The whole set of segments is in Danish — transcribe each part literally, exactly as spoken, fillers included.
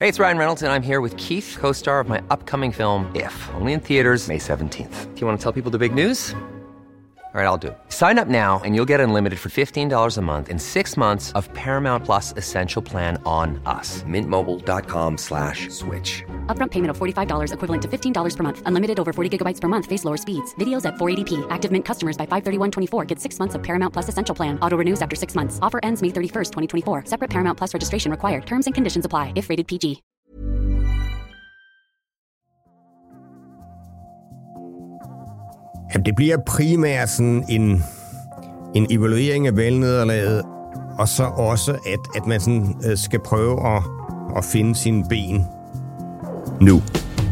Hey, it's Ryan Reynolds, and I'm here with Keith, co-star of my upcoming film, If, only in theaters May seventeenth. Do you want to tell people the big news? All right, I'll do it. Sign up now and you'll get unlimited for fifteen dollars a month and six months of Paramount Plus Essential Plan on us. Mint Mobile dot com slash switch. Upfront payment of forty-five dollars equivalent to fifteen dollars per month. Unlimited over forty gigabytes per month. Face lower speeds. Videos at four eighty p. Active Mint customers by five thirty-one twenty-four get six months of Paramount Plus Essential Plan. Auto renews after six months. Offer ends May thirty-first, twenty twenty-four. Separate Paramount Plus registration required. Terms and conditions apply if rated P G. Jamen, det bliver primært sådan en, en evaluering af valgnederlaget, og så også, at, at man sådan, øh, skal prøve at, at finde sine ben nu.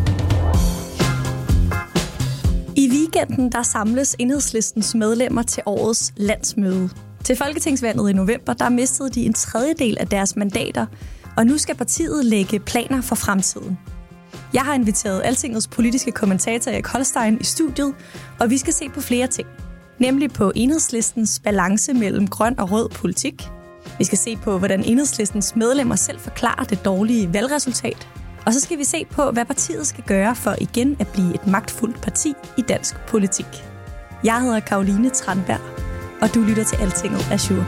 I weekenden der samles Enhedslistens medlemmer til årets landsmøde. Til folketingsvalget i november der mistede de en tredjedel af deres mandater, og nu skal partiet lægge planer for fremtiden. Jeg har inviteret Altingets politiske kommentator Erik Holstein i studiet, og vi skal se på flere ting. Nemlig på Enhedslistens balance mellem grøn og rød politik. Vi skal se på, hvordan Enhedslistens medlemmer selv forklarer det dårlige valgresultat. Og så skal vi se på, hvad partiet skal gøre for igen at blive et magtfuldt parti i dansk politik. Jeg hedder Caroline Tranberg, og du lytter til Altinget Azure.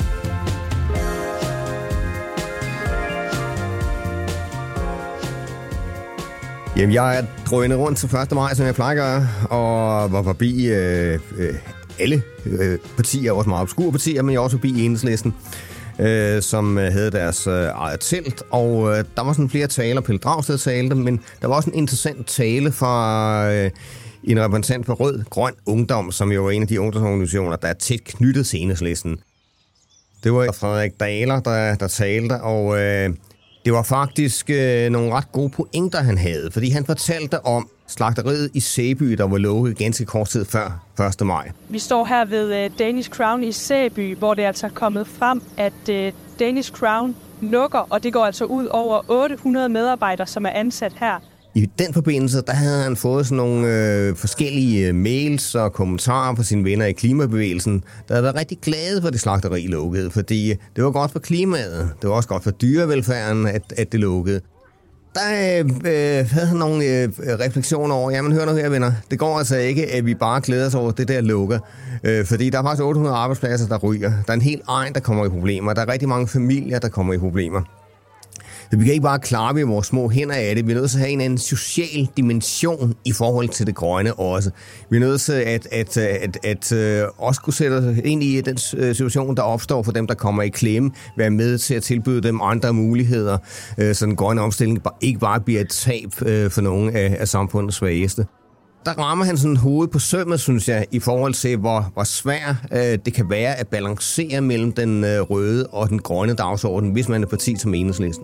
Jamen, jeg er drønet rundt til første maj, som jeg plejer at gøre, og var forbi øh, øh, alle øh, partier, også meget obskure partier, men jeg var også forbi Enhedslisten, øh, som havde deres øh, eget telt, og øh, der var sådan flere taler, Pelle Dragsted talte, men der var også en interessant tale fra øh, en repræsentant for Rød Grøn Ungdom, som jo var en af de ungdomsorganisationer, der er tæt knyttet til Enhedslisten. Det var Frederik Dahler, der, der talte, og øh, det var faktisk øh, nogle ret gode pointer, han havde, fordi han fortalte om slagteriet i Sæby, der var lukket ganske kort tid før første maj. Vi står her ved uh, Danish Crown i Sæby, hvor det er altså kommet frem, at uh, Danish Crown lukker, og det går altså ud over otte hundrede medarbejdere, som er ansat her. I den forbindelse, der havde han fået sådan nogle øh, forskellige mails og kommentarer fra sine venner i klimabevægelsen, der havde været rigtig glade for, at det slagteri lukkede, fordi det var godt for klimaet, det var også godt for dyrevelfærden, at, at det lukkede. Der øh, havde han nogle øh, refleksioner over, jamen hør nu her, venner, det går altså ikke, at vi bare glæder os over det der lukker, øh, fordi der er faktisk otte hundrede arbejdspladser, der ryger. Der er en hel egen, der kommer i problemer, der er rigtig mange familier, der kommer i problemer. Så vi kan ikke bare klare ved vores små hænder af det. Vi er nødt til at have en anden social dimension i forhold til det grønne også. Vi er nødt til at, at, at, at, at også kunne sætte os ind i den situation, der opstår for dem, der kommer i klemme. Være med til at tilbyde dem andre muligheder, så den grønne omstilling ikke bare bliver et tab for nogle af, af samfundets svageste. Der rammer han sådan hovedet på sømmet, synes jeg, i forhold til, hvor, hvor svært øh, det kan være at balancere mellem den øh, røde og den grønne dagsorden, hvis man er parti som Enhedslisten.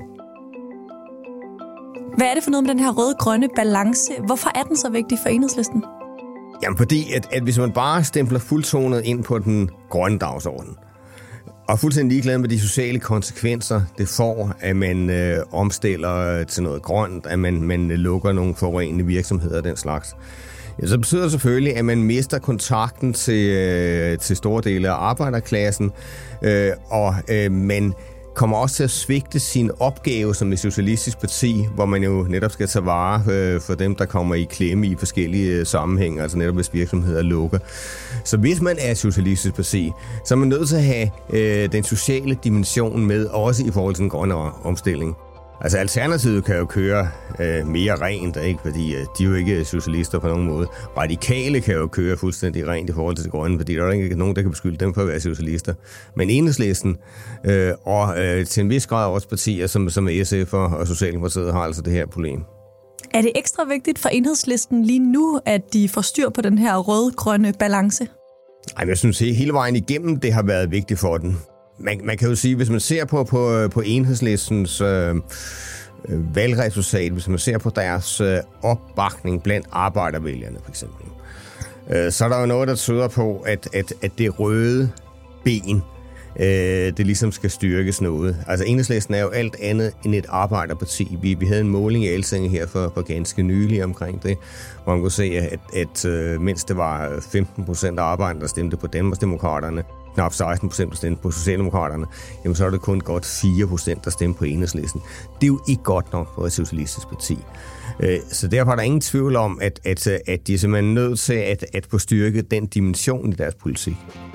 Hvad er det for noget med den her røde-grønne balance? Hvorfor er den så vigtig for Enhedslisten? Jamen fordi, at, at hvis man bare stempler fuldtonet ind på den grønne dagsorden, og fuldstændig ligeglad med de sociale konsekvenser, det får, at man øh, omstiller til noget grønt, at man, man lukker nogle forurenende virksomheder og den slags, ja, så betyder det selvfølgelig, at man mister kontakten til, øh, til store dele af arbejderklassen, øh, og øh, man kommer også til at svigte sin opgave som et socialistisk parti, hvor man jo netop skal tage vare øh, for dem, der kommer i klemme i forskellige øh, sammenhænge, altså netop hvis virksomheder lukker. Så hvis man er et socialistisk parti, så er man nødt til at have øh, den sociale dimension med, også i forhold til den grønne omstilling. Altså Alternativet kan jo køre øh, mere rent, ikke? Fordi øh, de er jo ikke socialister på nogen måde. Radikale kan jo køre fuldstændig rent i forhold til det grønne, fordi der er ikke nogen, der kan beskylde dem for at være socialister. Men Enhedslisten øh, og øh, til en vis grad også partier som, som S F og Socialdemokratiet har altså det her problem. Er det ekstra vigtigt for Enhedslisten lige nu, at de får styr på den her rød-grønne balance? Ej, jeg synes hele vejen igennem, det har været vigtigt for den. Man, man kan jo sige, hvis man ser på, på, på Enhedslistens øh, valgresultat, hvis man ser på deres øh, opbakning blandt arbejdervælgerne for eksempel, øh, så er der jo noget, der tyder på, at, at, at det røde ben, øh, det ligesom skal styrkes noget. Altså Enhedslisten er jo alt andet end et arbejderparti. Vi, vi havde en måling i Altinget her for, for ganske nylig omkring det, hvor man kunne se, at, at øh, mens det var femten procent af arbejderne, der stemte på Danmarksdemokraterne, knap seksten procent, der stemte på Socialdemokraterne, jamen så er det kun godt fire procent, der stemte på Enhedslisten. Det er jo ikke godt nok for et socialistisk parti. Så derfor er der ingen tvivl om, at, at, at de er simpelthen nødt til at, at få styrket den dimension i deres politik.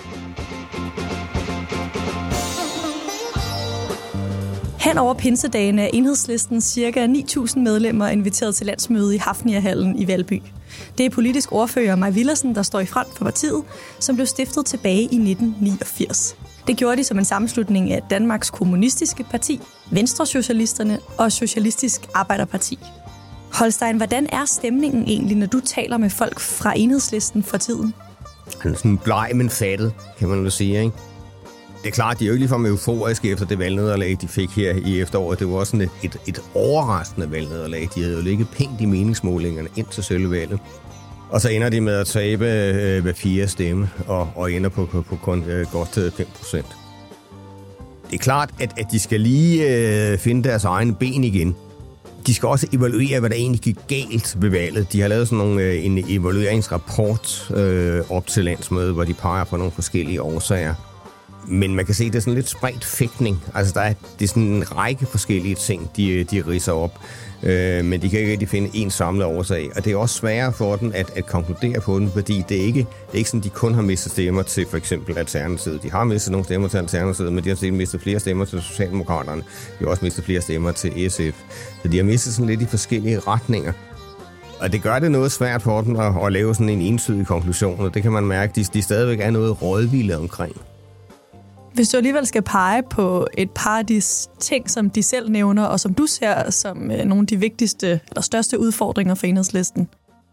Hen over pinsedagen er Enhedslistens cirka ni tusind medlemmer inviteret til landsmøde i Hafniahallen i Valby. Det er politisk ordfører Mai Villadsen, der står i front for partiet, som blev stiftet tilbage i nitten niogfirs. Det gjorde de som en sammenslutning af Danmarks Kommunistiske Parti, Venstresocialisterne og Socialistisk Arbejderparti. Holstein, hvordan er stemningen egentlig, når du taler med folk fra Enhedslisten for tiden? Han er sådan bleg, men fattet, kan man jo sige, ikke? Det er klart, de er jo ikke ligefrem euforiske efter det valgnederlag, de fik her i efteråret. Det var også sådan et, et, et overraskende valgnederlag. De havde jo ligget pænt i meningsmålingerne ind til selve valget. Og så ender de med at tabe øh, hver fire stemme og, og ender på, på, på kun øh, godt fem procent. Det er klart, at, at de skal lige øh, finde deres egne ben igen. De skal også evaluere, hvad der egentlig gik galt ved valget. De har lavet sådan nogle, øh, en evalueringsrapport øh, op til landsmødet, hvor de peger på nogle forskellige årsager. Men man kan se, at det er sådan lidt spredt fægtning. Altså, der er, det er sådan en række forskellige ting, de, de ridser op. Øh, men de kan ikke rigtig finde en samlet årsag. Og det er også sværere for dem at, at konkludere på den, fordi det er ikke, det er ikke sådan, at de kun har mistet stemmer til for eksempel Alternativet. De har mistet nogle stemmer til Alternativet, men de har set mistet flere stemmer til Socialdemokraterne. De har også mistet flere stemmer til S F. Så de har mistet sådan lidt i forskellige retninger. Og det gør det noget svært for dem at, at lave sådan en entydig konklusion, og det kan man mærke, de, de stadigvæk er noget rådvilde omkring. Hvis du alligevel skal pege på et par af de ting, som de selv nævner, og som du ser som nogle af de vigtigste eller største udfordringer for Enhedslisten.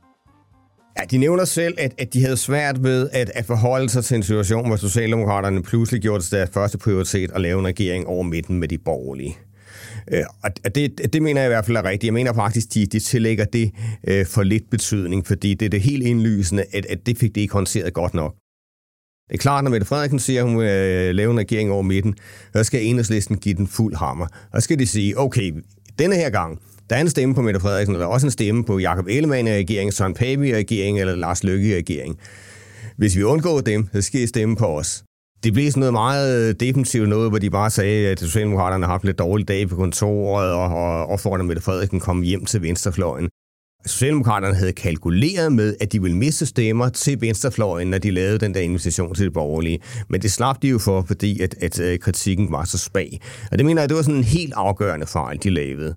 Ja, de nævner selv, at, at de havde svært ved at, at forholde sig til en situation, hvor Socialdemokraterne pludselig gjorde det deres første prioritet at lave en regering over midten med de borgerlige. Og det, det mener jeg i hvert fald er rigtigt. Jeg mener faktisk, de, de tillægger det øh, for lidt betydning, fordi det er det helt indlysende, at, at det fik de ikke håndteret godt nok. Det er klart, når Mette Frederiksen siger, at hun vil øh, lave en regering over midten, så skal Enhedslisten give den fuld hammer. Og så skal de sige, okay, denne her gang, der er en stemme på Mette Frederiksen, og der er også en stemme på Jakob Ellemann i regeringen, Søren Pape i regeringen eller Lars Løkke i regeringen. Hvis vi undgår dem, så skal I stemme på os. Det blev sådan noget meget defensivt noget, hvor de bare sagde, at Socialdemokraterne har haft lidt dårlige dage på kontoret, og, og opfordrede Mette Frederiksen komme hjem til venstrefløjen. Socialdemokraterne havde kalkuleret med, at de ville miste stemmer til venstrefløjen, når de lavede den der invitation til det borgerlige. Men det slap de jo for, fordi at, at kritikken var så spag. Og det mener jeg, det var sådan en helt afgørende fejl, de lavede.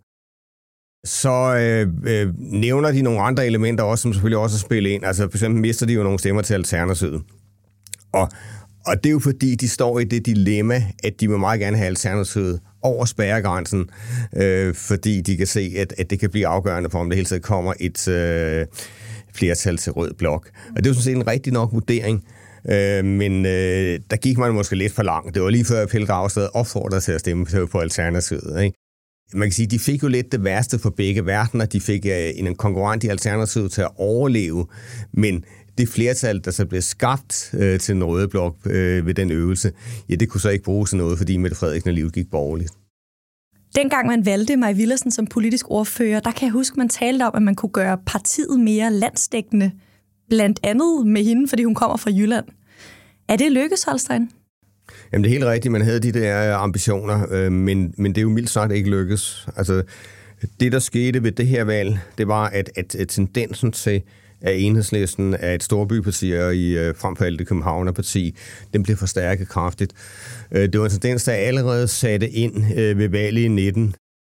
Så øh, øh, nævner de nogle andre elementer også, som selvfølgelig også spiller ind. Altså for eksempel mister de jo nogle stemmer til Alternativet. Og Og det er jo fordi, de står i det dilemma, at de vil meget gerne have Alternativet over spærregrænsen, øh, fordi de kan se, at, at det kan blive afgørende for, om det hele tiden kommer et øh, flertal til rød blok. Og det er jo sådan set en rigtig nok vurdering, øh, men øh, der gik man måske lidt for langt. Det var lige før Pelle Dragsted opfordrede til at stemme på Alternativet, ikke? Man kan sige, at de fik jo lidt det værste for begge verdener. De fik øh, en konkurrent i Alternativet til at overleve, men det flertal, der så blev skabt øh, til en røde blok øh, ved den øvelse, ja, det kunne så ikke bruges til noget, fordi Mette Frederiksen alligevel gik borgerligt. Dengang man valgte Mai Villadsen som politisk ordfører, der kan jeg huske, man talte om, at man kunne gøre partiet mere landsdækkende, blandt andet med hende, fordi hun kommer fra Jylland. Er det lykkes, Holstein? Jamen, det er helt rigtigt. Man havde de der ambitioner, øh, men, men det er jo mildt sagt ikke lykkes. Altså, det, der skete ved det her valg, det var, at, at, at tendensen til af Enhedslisten af et storbyparti og i øh, frem for alt det Københavnerparti, den blev forstærket kraftigt. Øh, det var en tendens, der allerede satte ind øh, ved valget i nitten.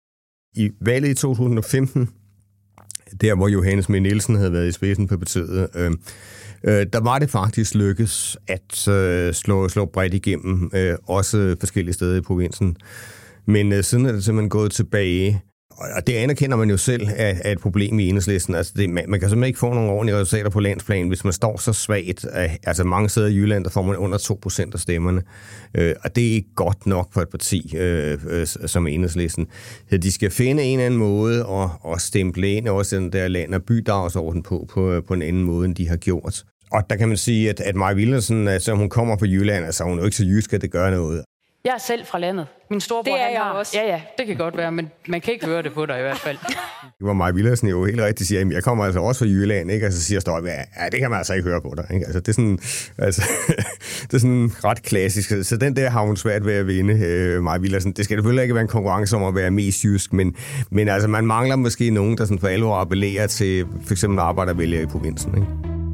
I valget i to tusind og femten, der hvor Johannes Schmidt Nielsen havde været i spidsen på partiet, øh, øh, der var det faktisk lykkes at øh, slå, slå bredt igennem, øh, også forskellige steder i provinsen. Men øh, siden er det simpelthen gået tilbage. Og det anerkender man jo selv af et problem i Enhedslisten. Altså det, man, man kan simpelthen ikke få nogle ordentlige resultater på landsplan, hvis man står så svagt. Altså mange steder i Jylland, der får man under to procent af stemmerne. Øh, og det er ikke godt nok for et parti øh, øh, som Enhedslisten. Så de skal finde en eller anden måde at, at stemple ind også den der land- og bydagsorden på, på, på en anden måde, end de har gjort. Og der kan man sige, at, at Mai Villadsen, altså hun kommer fra Jylland, altså hun er jo ikke så jysk, at det gør noget. Jeg er selv fra landet. Min storebror, Det er han jeg har... også. Ja, ja, det kan godt være, men man kan ikke høre det på dig i hvert fald. Det var Maja Villadsen jo helt rigtigt siger, at jeg kommer altså også fra Jylland, ikke? Og så siger Støjberg, ja, det kan man altså ikke høre på dig, ikke? Altså, det er sådan, altså, det er sådan ret klassisk. Så den der har hun svært ved at vinde, øh, Maja Villadsen. Det skal selvfølgelig ikke være en konkurrence om at være mest jysk, men, men altså, man mangler måske nogen, der sådan for alvor appellerer til for eksempel arbejdervælgere i provinsen, ikke?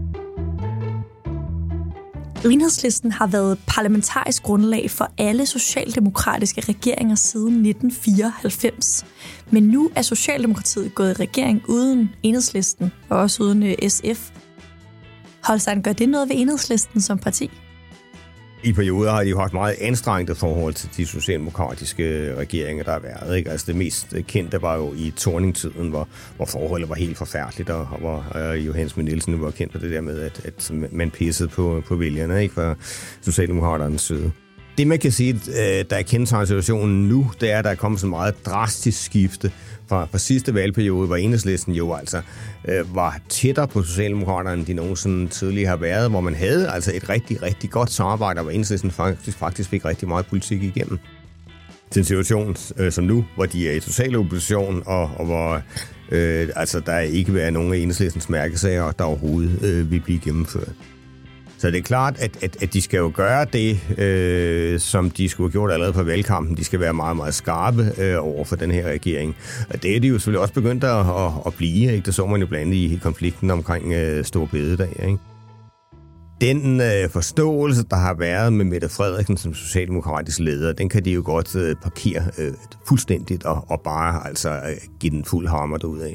Enhedslisten har været parlamentarisk grundlag for alle socialdemokratiske regeringer siden nitten fireoghalvfems. Men nu er Socialdemokratiet gået i regering uden Enhedslisten og også uden S F. Holstein, gør det noget ved Enhedslisten som parti? I perioder har de jo haft meget anstrengte forhold til de socialdemokratiske regeringer, der har været. Ikke? Altså det mest kendte var jo i Thorning-tiden, hvor, hvor forholdet var helt forfærdeligt, og hvor øh, Johannes Schmidt Nielsen var kendt for det der med, at, at man pissede på, på vælgerne, ikke, fra Socialdemokraternes side. Det, man kan sige, øh, der er kendetegnet situationen nu, det er, at der er kommet så meget drastisk skifte. Fra, fra sidste valgperiode, hvor Enhedslisten jo altså øh, var tættere på Socialdemokraterne, end de nogensinde tidligere har været, hvor man havde altså et rigtig, rigtig godt samarbejde, hvor Enhedslisten faktisk, faktisk fik rigtig meget politik igennem. Til en situation øh, som nu, hvor de er i total opposition, og, og hvor øh, altså, der ikke vil være nogen af Enhedslistens mærkesager, der overhovedet øh, vil blive gennemført. Så det er klart, at, at, at de skal jo gøre det, øh, som de skulle have gjort allerede på valgkampen. De skal være meget, meget skarpe øh, over for den her regering. Og det er de jo selvfølgelig også begyndt at, at, at blive. Ikke? Det så man jo blandt andet i konflikten omkring øh, Store Bededag. Ikke? Den øh, forståelse, der har været med Mette Frederiksen som socialdemokratisk leder, den kan de jo godt øh, parkere øh, fuldstændigt og, og bare altså, øh, give den fuld hammer derudad.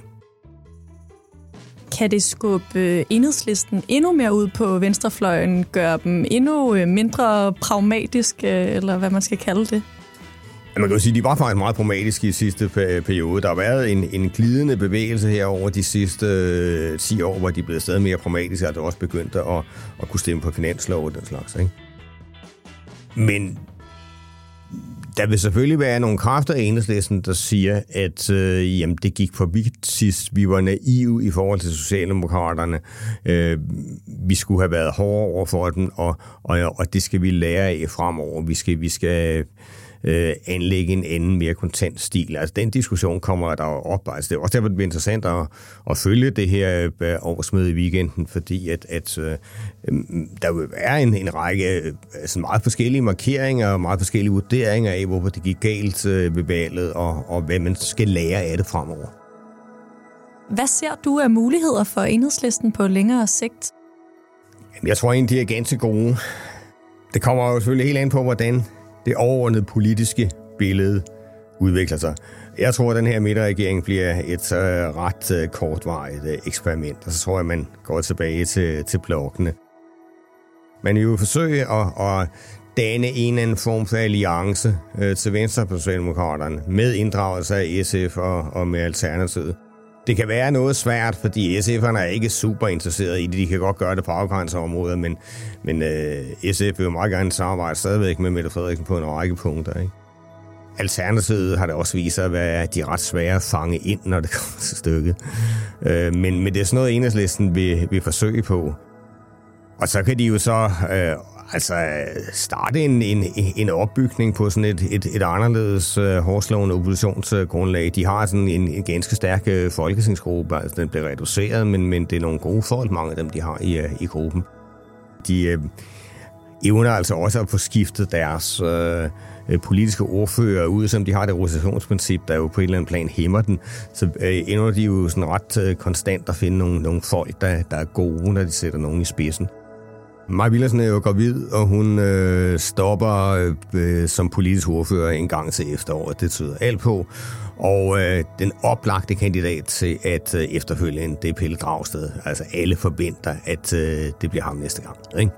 Kan det skubbe Enhedslisten endnu mere ud på venstrefløjen, gøre dem endnu mindre pragmatiske, eller hvad man skal kalde det? Man kan jo sige, at de var faktisk meget pragmatiske i sidste periode. Der har været en, en glidende bevægelse her over de sidste øh, ti år, hvor de er blevet stadig mere pragmatiske, og det også begyndt at, at kunne stemme på finanslov og den slags. Ikke? Men der vil selvfølgelig være nogle kræfter i Enhedslisten, der siger, at øh, jamen, det gik for vidt sidst. Vi var naive i forhold til Socialdemokraterne. Øh, vi skulle have været hårdere over for dem, og, og, og det skal vi lære af fremover. Vi skal, vi skal øh, anlægge en anden, mere kontant stil. Altså, den diskussion kommer der op. Altså, det er også derfor, det bliver interessant at, at følge det her øh, årsmøde i weekenden, fordi at, at øh, der vil være en, en række altså meget forskellige markeringer og meget forskellige vurderinger af, hvorfor det gik galt øh, ved valget, og, og hvad man skal lære af det fremover. Hvad ser du af muligheder for Enhedslisten på længere sigt? Jeg tror egentlig, de er ganske gode. Det kommer jo selvfølgelig helt an på, hvordan det overordnede politiske billede udvikler sig. Jeg tror, at den her midterregering bliver et uh, ret uh, kortvarigt uh, eksperiment, og så tror jeg, at man går tilbage til, til blokkene. Man vil jo forsøge at, at danne en eller anden form for alliance uh, til venstre på Socialdemokraterne, med inddragelse af S F og, og med Alternativet. Det kan være noget svært, fordi S F'erne er ikke super interesserede i det. De kan godt gøre det på afgrænserområder, men, men uh, S F vil jo meget gerne samarbejde stadigvæk med Mette Frederiksen på en række punkter, ikke? Alternativet har det også vist sig at være de ret svære at fange ind, når det kommer til stykket. Uh, men, men det er sådan noget, Enhedslisten vil, vil forsøge på. Og så kan de jo så øh, altså starte en, en, en opbygning på sådan et, et, et anderledes øh, hårdslående oppositionsgrundlag. De har sådan en, en ganske stærk øh, folketingsgruppe, altså den bliver reduceret, men, men det er nogle gode folk, mange af dem, de har i, øh, i gruppen. De øh, evner altså også at få skiftet deres øh, politiske ordfører ud, som de har det rotationsprincip, der jo på et eller andet plan hæmmer den. Så øh, ender de jo sådan ret øh, konstant at finde nogle, nogle folk, der, der er gode, når de sætter nogen i spidsen. Maja Villadsen er jo gravid, og hun øh, stopper øh, som politisk ordfører en gang til efteråret. Det tyder alt på. Og øh, den oplagte kandidat til at øh, efterfølge en, det er Pelle Dragsted. Altså alle forventer, at øh, det bliver ham næste gang, ikke?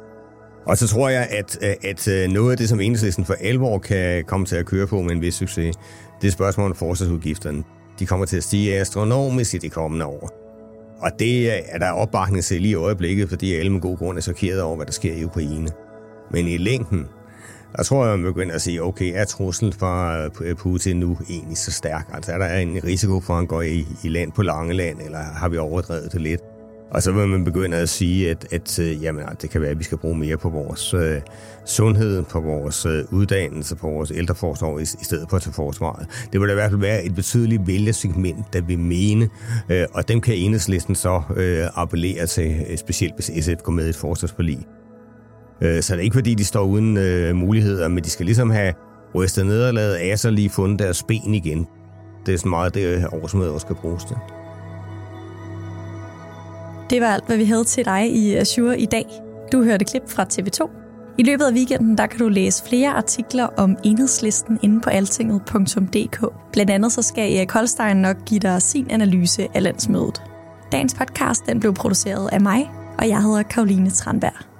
Og så tror jeg, at, at noget af det, som Enhedslisten for alvor kan komme til at køre på med en vis succes, det er spørgsmålet om forsvarsudgifterne. De kommer til at stige astronomisk i de kommende år. Og det er der opbakning til lige i øjeblikket, fordi alle med god grund er chokeret over, hvad der sker i Ukraine. Men i længden, der tror jeg, man begynder at sige, okay, er truslen fra Putin nu egentlig så stærk? Altså er der en risiko for, at han går i, i land på Langeland, eller har vi overdrevet det lidt? Og så vil man begynde at sige, at, at jamen, det kan være, at vi skal bruge mere på vores øh, sundhed, på vores øh, uddannelse, på vores ældreforsorg, i, i stedet for til forsvaret. Det vil da i hvert fald være et betydeligt vælgersegment, der vil mene, øh, og dem kan Enhedslisten så øh, appellere til, specielt hvis S F går med i et forsvarsforlig. Øh, så det er ikke, fordi de står uden øh, muligheder, men de skal ligesom have rystet nederlaget af sig, lige fundet deres ben igen. Det er sådan meget, det årsmødet også skal bruges til. Det var alt, hvad vi havde til dig i Azure i dag. Du hørte klip fra T V to. I løbet af weekenden der kan du læse flere artikler om Enhedslisten inde på altinget punktum d k. Blandt andet så skal Erik Holstein nok give dig sin analyse af landsmødet. Dagens podcast den blev produceret af mig, og jeg hedder Caroline Tranberg.